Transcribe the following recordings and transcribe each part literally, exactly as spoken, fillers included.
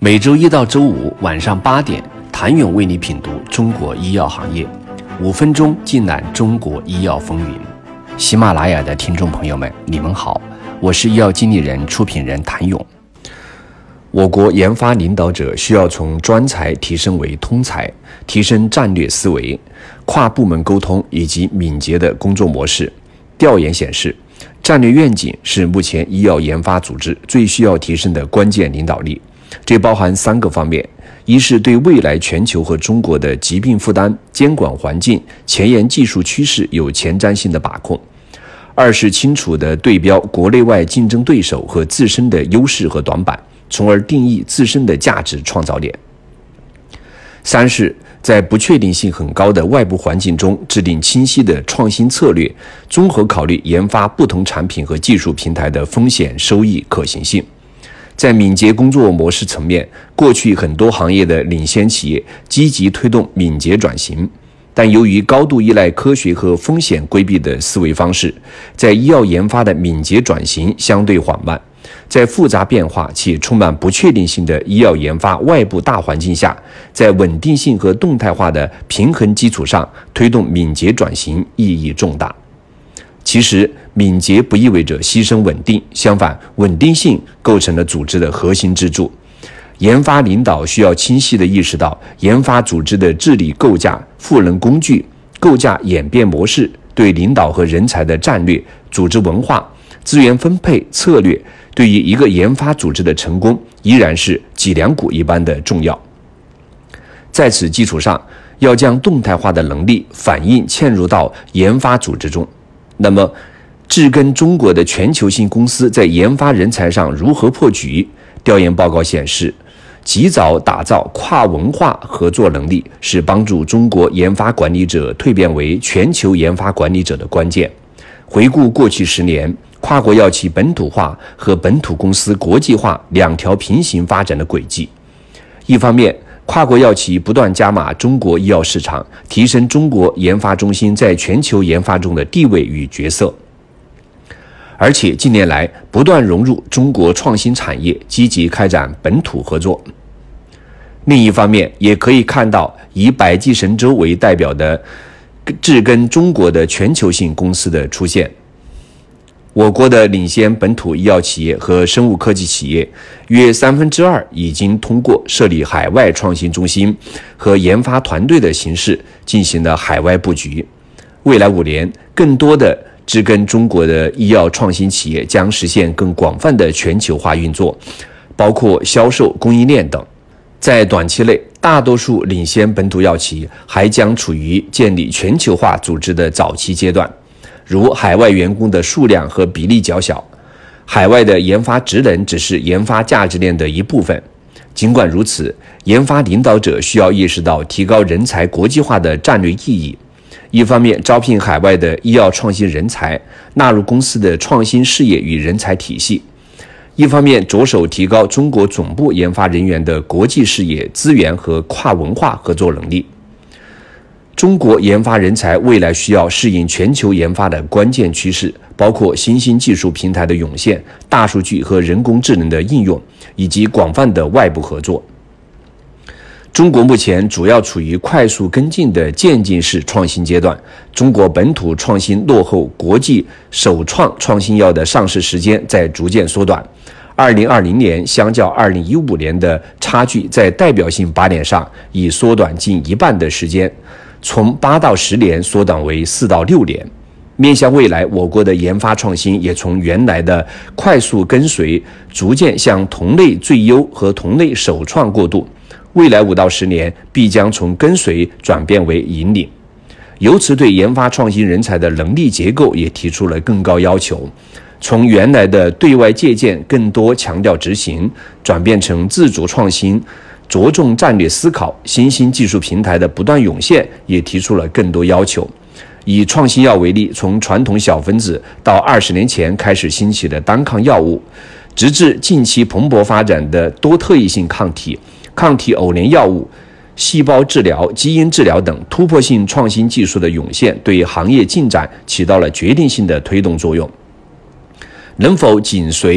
每周一到周五晚上八点，谭勇为你品读中国医药行业，五分钟尽览中国医药风云。喜马拉雅的听众朋友们，你们好，我是医药经理人、出品人谭勇。我国研发领导者需要从专才提升为通才，提升战略思维、跨部门沟通以及敏捷的工作模式。调研显示，战略愿景是目前医药研发组织最需要提升的关键领导力。这包含三个方面：一是对未来全球和中国的疾病负担、监管环境、前沿技术趋势有前瞻性的把控；二是清楚地对标国内外竞争对手和自身的优势和短板，从而定义自身的价值创造点；三是在不确定性很高的外部环境中制定清晰的创新策略，综合考虑研发不同产品和技术平台的风险、收益、可行性。在敏捷工作模式层面，过去很多行业的领先企业积极推动敏捷转型，但由于高度依赖科学和风险规避的思维方式，在医药研发的敏捷转型相对缓慢。在复杂变化且充满不确定性的医药研发外部大环境下，在稳定性和动态化的平衡基础上推动敏捷转型意义重大。其实，敏捷不意味着牺牲稳定，相反，稳定性构成了组织的核心支柱。研发领导需要清晰地意识到，研发组织的治理构架、赋能工具、构架演变模式、对领导和人才的战略、组织文化、资源分配策略，对于一个研发组织的成功依然是脊梁骨一般的重要。在此基础上，要将动态化的能力反映嵌入到研发组织中。那么，治根中国的全球性公司在研发人才上如何破局？调研报告显示，及早打造跨文化合作能力是帮助中国研发管理者蜕变为全球研发管理者的关键。回顾过去十年，跨国药企本土化和本土公司国际化两条平行发展的轨迹。一方面，跨国药企不断加码中国医药市场，提升中国研发中心在全球研发中的地位与角色，而且近年来不断融入中国创新产业，积极开展本土合作。另一方面，也可以看到以百济神州为代表的治根中国的全球性公司的出现。我国的领先本土医药企业和生物科技企业约三分之二已经通过设立海外创新中心和研发团队的形式进行了海外布局。未来五年，更多的治根中国的医药创新企业将实现更广泛的全球化运作，包括销售、供应链等。在短期内，大多数领先本土药企还将处于建立全球化组织的早期阶段，如海外员工的数量和比例较小，海外的研发职能只是研发价值链的一部分。尽管如此，研发领导者需要意识到提高人才国际化的战略意义。一方面，招聘海外的医药创新人才，纳入公司的创新事业与人才体系；一方面，着手提高中国总部研发人员的国际视野、资源和跨文化合作能力。中国研发人才未来需要适应全球研发的关键趋势，包括新兴技术平台的涌现、大数据和人工智能的应用，以及广泛的外部合作。中国目前主要处于快速跟进的渐进式创新阶段，中国本土创新落后国际首创创新药的上市时间在逐渐缩短。二零二零年相较二零一五年的差距在代表性靶点上已缩短近一半的时间，从八到十年缩短为四到六年。面向未来，我国的研发创新也从原来的快速跟随，逐渐向同类最优和同类首创过渡。未来五到十年必将从跟随转变为引领，由此对研发创新人才的能力结构也提出了更高要求，从原来的对外借鉴更多强调执行，转变成自主创新，着重战略思考。新兴技术平台的不断涌现也提出了更多要求。以创新药为例，从传统小分子到二十年前开始兴起的单抗药物，直至近期蓬勃发展的多特异性抗体、抗体偶联药物、细胞治疗、基因治疗等突破性创新技术的涌现，对行业进展起到了决定性的推动作用。能否紧随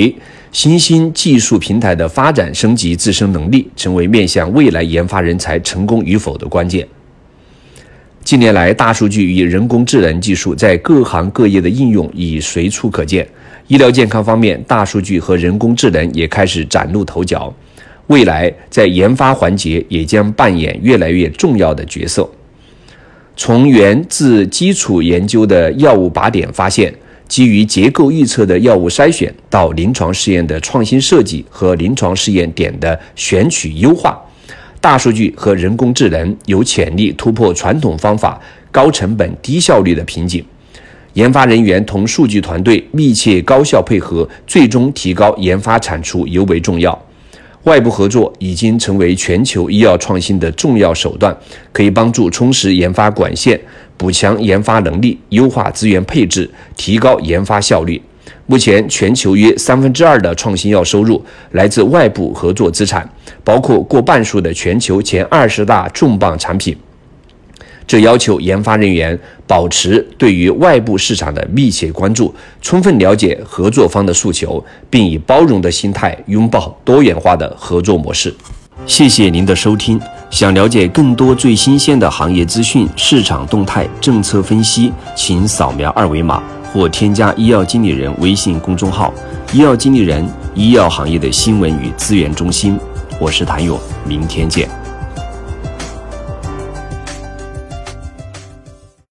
新兴技术平台的发展升级自身能力，成为面向未来研发人才成功与否的关键。近年来，大数据与人工智能技术在各行各业的应用已随处可见。医疗健康方面，大数据和人工智能也开始崭露头角，未来在研发环节也将扮演越来越重要的角色。从源自基础研究的药物靶点发现，基于结构预测的药物筛选，到临床试验的创新设计和临床试验点的选取优化，大数据和人工智能有潜力突破传统方法高成本低效率的瓶颈。研发人员同数据团队密切高效配合，最终提高研发产出尤为重要。外部合作已经成为全球医药创新的重要手段，可以帮助充实研发管线，补强研发能力，优化资源配置，提高研发效率。目前，全球约三分之二的创新药收入来自外部合作资产，包括过半数的全球前二十大重磅产品。这要求研发人员保持对于外部市场的密切关注，充分了解合作方的诉求，并以包容的心态拥抱多元化的合作模式。谢谢您的收听。想了解更多最新鲜的行业资讯、市场动态、政策分析，请扫描二维码或添加医药经理人微信公众号“医药经理人”，医药行业的新闻与资源中心。我是谭勇，明天见。